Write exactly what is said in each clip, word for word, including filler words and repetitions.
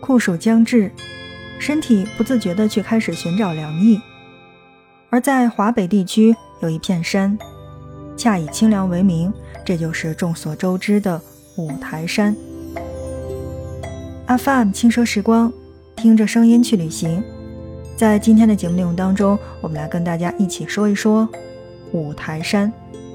酷暑将至，身体不自觉地去开始寻找凉意。而在华北地区有一片山，恰以清凉为名，这就是众所周知的五台山。F M 轻奢时光，听着声音去旅行。在今天的节目内容当中，我们来跟大家一起说一说五台山。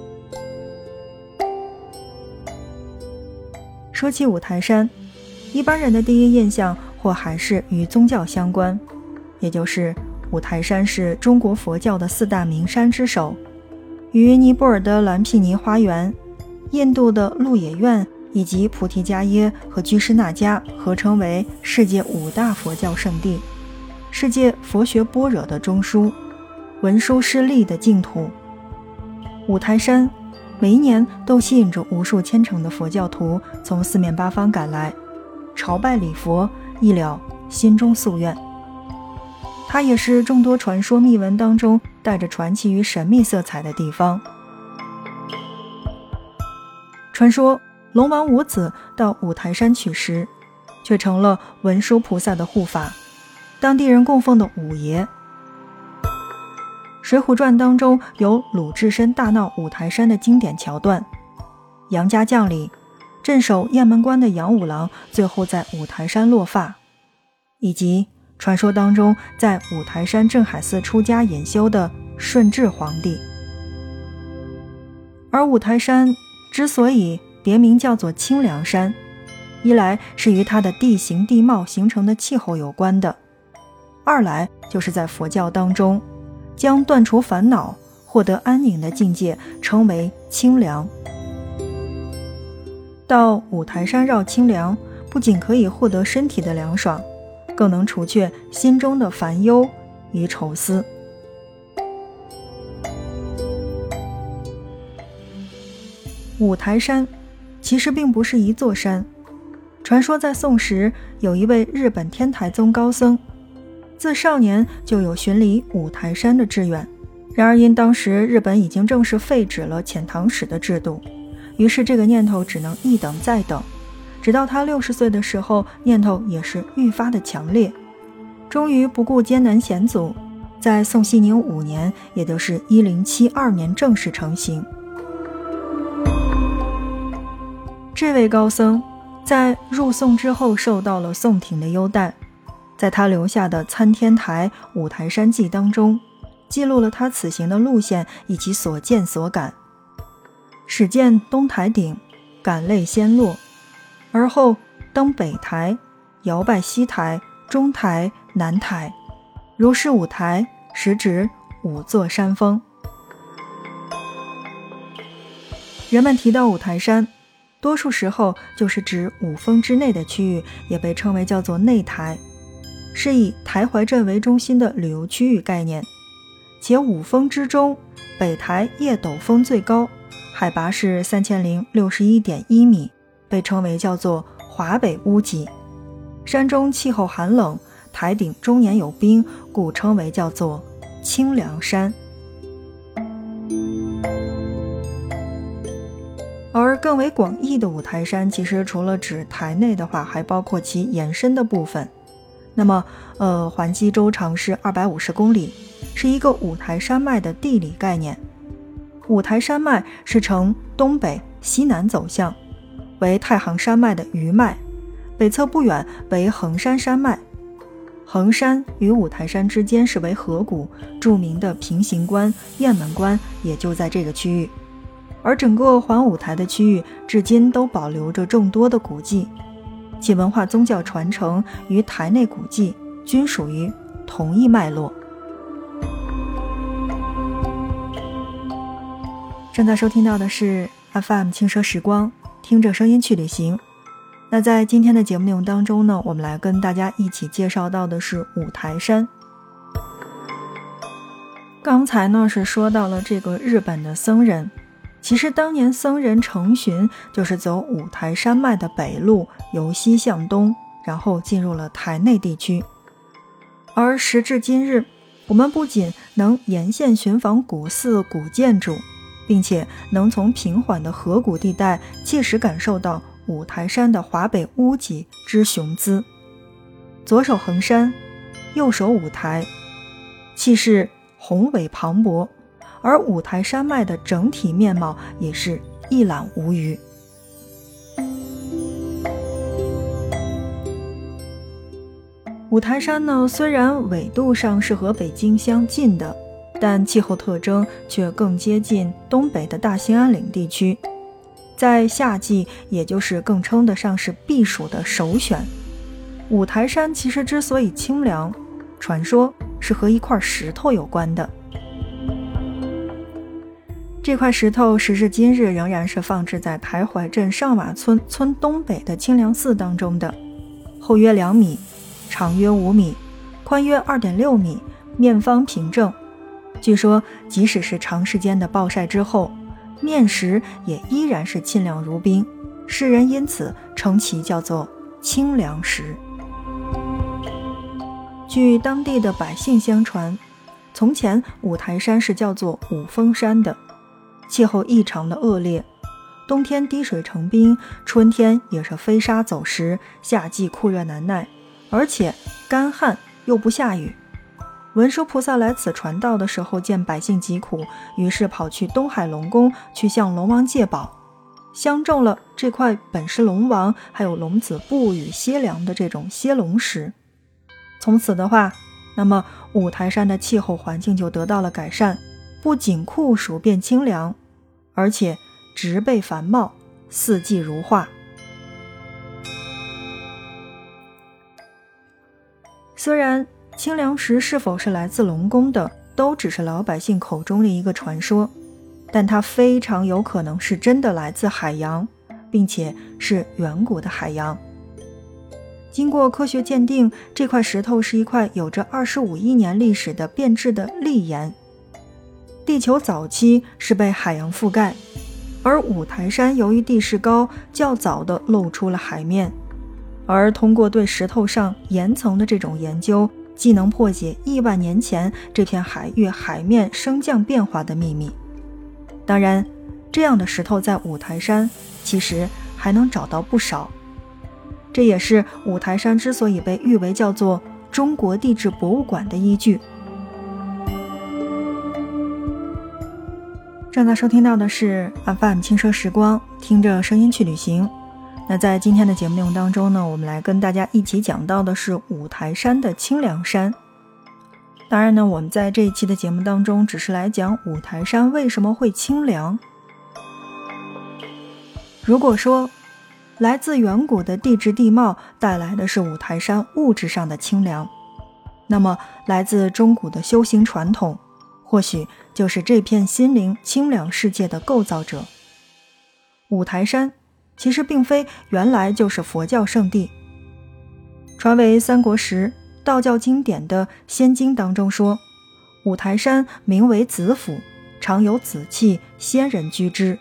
说起五台山，一般人的第一印象或还是与宗教相关，也就是五台山是中国佛教的四大名山之首，与尼泊尔的蓝毗尼花园、印度的鹿野苑以及菩提伽耶和居士那迦合称为世界五大佛教圣地，世界佛学般若的中枢，文殊师利的净土。五台山每一年都吸引着无数虔诚的佛教徒从四面八方赶来，朝拜礼佛，一了心中夙愿。它也是众多传说秘闻当中带着传奇与神秘色彩的地方。传说龙王五子到五台山取食，却成了文殊菩萨的护法，当地人供奉的五爷。水浒传当中有鲁智深大闹五台山的经典桥段，杨家将里镇守雁门关的杨五郎最后在五台山落发，以及传说当中在五台山镇海寺出家隐修的顺治皇帝。而五台山之所以别名叫做清凉山，一来是与它的地形地貌形成的气候有关的，二来就是在佛教当中将断除烦恼获得安宁的境界称为清凉。到五台山绕清凉，不仅可以获得身体的凉爽，更能除却心中的烦忧与愁思。五台山其实并不是一座山，传说在宋时有一位日本天台宗高僧，自少年就有巡礼五台山的志愿，然而因当时日本已经正式废止了遣唐使的制度，于是这个念头只能一等再等，直到他六十岁的时候，念头也是愈发的强烈，终于不顾艰难险阻，在宋熙宁五年，也就是一零七二年正式成行。这位高僧在入宋之后受到了宋廷的优待，在他留下的《参天台五台山记》当中，记录了他此行的路线以及所见所感。始见东台顶，感泪先落，而后登北台，遥拜西台、中台、南台，如是五台，实指五座山峰。人们提到五台山，多数时候就是指五峰之内的区域，也被称为叫做内台，是以台怀镇为中心的旅游区域概念。且五峰之中，北台叶斗峰最高，海拔是三千零六十一点一米，被称为叫做华北屋脊。山中气候寒冷，台顶终年有冰，故称为叫做清凉山。而更为广义的五台山，其实除了指台内的话，还包括其延伸的部分。那么呃，环西周长是二百五十公里，是一个五台山脉的地理概念。五台山脉是呈东北西南走向，为太行山脉的余脉，北侧不远为衡山山脉。衡山与五台山之间是为河谷，著名的平型关、雁门关也就在这个区域。而整个环五台的区域至今都保留着众多的古迹，其文化宗教传承与台内古迹均属于同一脉络。正在收听到的是 F M 轻奢时光，听着声音去旅行。那在今天的节目内容当中呢，我们来跟大家一起介绍到的是五台山。刚才呢是说到了这个日本的僧人，其实当年僧人成巡就是走五台山脉的北路，由西向东，然后进入了台内地区。而时至今日，我们不仅能沿线寻访古寺古建筑，并且能从平缓的河谷地带切实感受到五台山的华北屋脊之雄姿。 左手衡山，右手五台，气势宏伟磅礴，而五台山脉的整体面貌也是一览无余。五台山呢，虽然纬度上是和北京相近的，但气候特征却更接近东北的大兴安岭地区，在夏季也就是更称得上是避暑的首选。五台山其实之所以清凉，传说是和一块石头有关的。这块石头时至今日仍然是放置在台怀镇上瓦村村东北的清凉寺当中的，厚约两米，长约五米，宽约 二点六米，面方平正。据说即使是长时间的暴晒之后，面石也依然是沁凉如冰，世人因此称其叫做清凉石。据当地的百姓相传，从前五台山是叫做五峰山的，气候异常的恶劣，冬天滴水成冰，春天也是飞沙走石，夏季酷热难耐，而且干旱又不下雨。文殊菩萨来此传道的时候，见百姓疾苦，于是跑去东海龙宫去向龙王借宝，相中了这块本是龙王还有龙子不语歇凉的这种歇龙石。从此的话，那么五台山的气候环境就得到了改善，不仅酷暑变清凉，而且植被繁茂，四季如画。虽然清凉石是否是来自龙宫的，都只是老百姓口中的一个传说，但它非常有可能是真的来自海洋，并且是远古的海洋。经过科学鉴定，这块石头是一块有着二十五亿年历史的变质的砾岩。地球早期是被海洋覆盖，而五台山由于地势高，较早的露出了海面。而通过对石头上岩层的这种研究，既能破解亿万年前这片海域海面升降变化的秘密。当然，这样的石头在五台山其实还能找到不少。这也是五台山之所以被誉为叫做中国地质博物馆的依据。正在收听到的是 F M 轻奢时光，听着声音去旅行。那在今天的节目内容当中呢，我们来跟大家一起讲到的是五台山的清凉山。当然呢，我们在这一期的节目当中只是来讲五台山为什么会清凉。如果说来自远古的地质地貌带来的是五台山物质上的清凉，那么来自中古的修行传统，或许就是这片心灵清凉世界的构造者。五台山其实并非原来就是佛教圣地。传为三国时道教经典的《仙经》当中说，五台山名为紫府，常有紫气，仙人居之。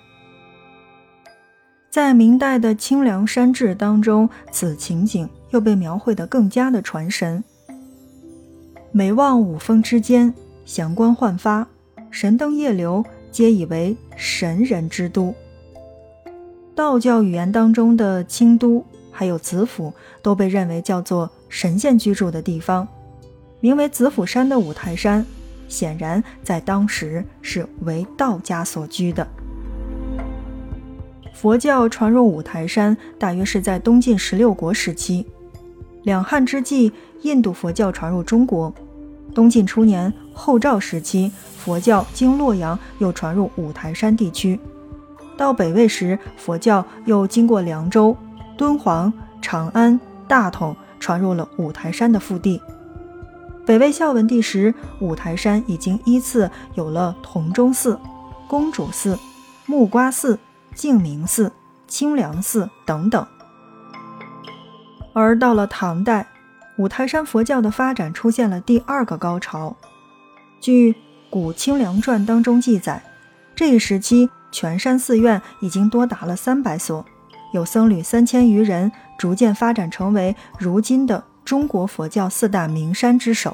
在明代的《清凉山志》当中，此情景又被描绘得更加的传神。每望五峰之间，祥光焕发，神灯夜流，皆以为神人之都。道教语言当中的清都还有紫府都被认为叫做神仙居住的地方。名为紫府山的五台山，显然在当时是为道家所居的。佛教传入五台山大约是在东晋十六国时期，两汉之际印度佛教传入中国，东晋初年后赵时期佛教经洛阳又传入五台山地区，到北魏时佛教又经过凉州、敦煌、长安、大同传入了五台山的腹地。北魏孝文帝时，五台山已经依次有了同中寺、公主寺、木瓜寺、净明寺、清凉寺等等。而到了唐代，五台山佛教的发展出现了第二个高潮。据《古清凉传》当中记载，这一时期全山寺院已经多达了三百所，有僧侣三千余人，逐渐发展成为如今的中国佛教四大名山之首。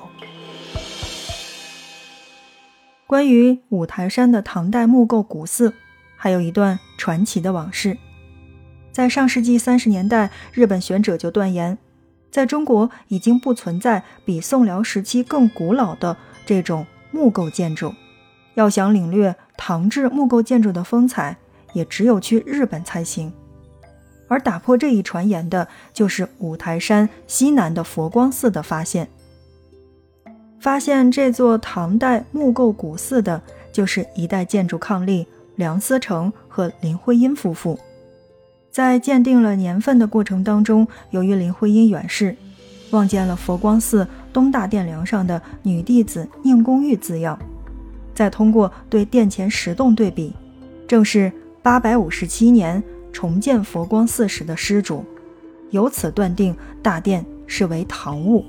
关于五台山的唐代木构古寺，还有一段传奇的往事。在上世纪三十年代，日本学者就断言， 在中国已经不存在比宋辽时期更古老的这种木构建筑，要想领略唐制木构建筑的风采，也只有去日本才行。而打破这一传言的就是五台山西南的佛光寺的发现。发现这座唐代木构古寺的就是一代建筑伉俪梁思成和林徽因夫妇。在鉴定了年份的过程当中，由于林徽因远逝，望见了佛光寺东大殿梁上的女弟子宁公寓字样，再通过对殿前石洞对比，正是八百五十七年重建佛光寺时的施主，由此断定大殿是为唐物。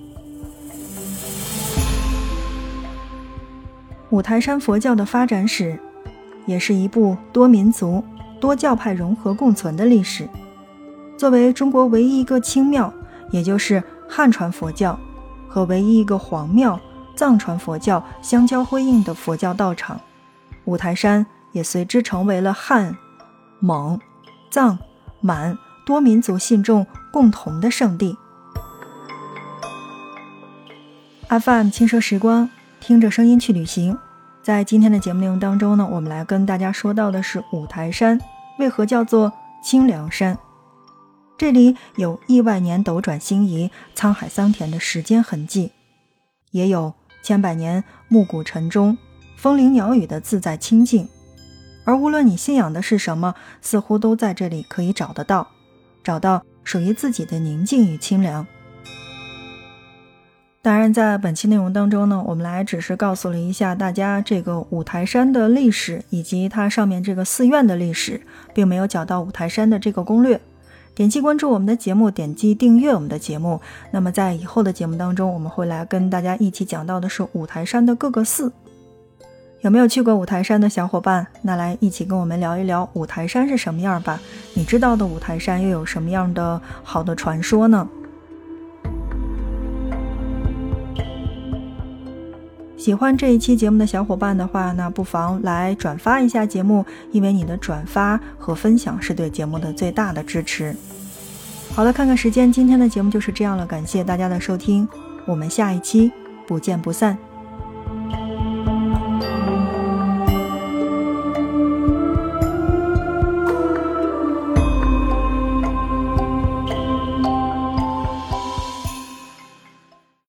五台山佛教的发展史，也是一部多民族多教派融合共存的历史。作为中国唯一一个清庙，也就是汉传佛教，和唯一一个黄庙藏传佛教相交辉映的佛教道场，五台山也随之成为了汉、蒙、藏、满多民族信众共同的圣地。F M 轻奢时光，听着声音去旅行。在今天的节目内容当中呢，我们来跟大家说到的是五台山为何叫做清凉山。这里有亿万年斗转星移、沧海桑田的时间痕迹，也有千百年暮鼓晨钟、风铃鸟语的自在清静。而无论你信仰的是什么，似乎都在这里可以找得到，找到属于自己的宁静与清凉。当然在本期内容当中呢，我们来只是告诉了一下大家这个五台山的历史以及它上面这个寺院的历史，并没有讲到五台山的这个攻略。点击关注我们的节目，点击订阅我们的节目，那么在以后的节目当中，我们会来跟大家一起讲到的是五台山的各个寺。有没有去过五台山的小伙伴，那来一起跟我们聊一聊五台山是什么样吧。你知道的五台山又有什么样的好的传说呢？喜欢这一期节目的小伙伴的话，那不妨来转发一下节目，因为你的转发和分享是对节目的最大的支持。好了，看看时间，今天的节目就是这样了，感谢大家的收听，我们下一期不见不散。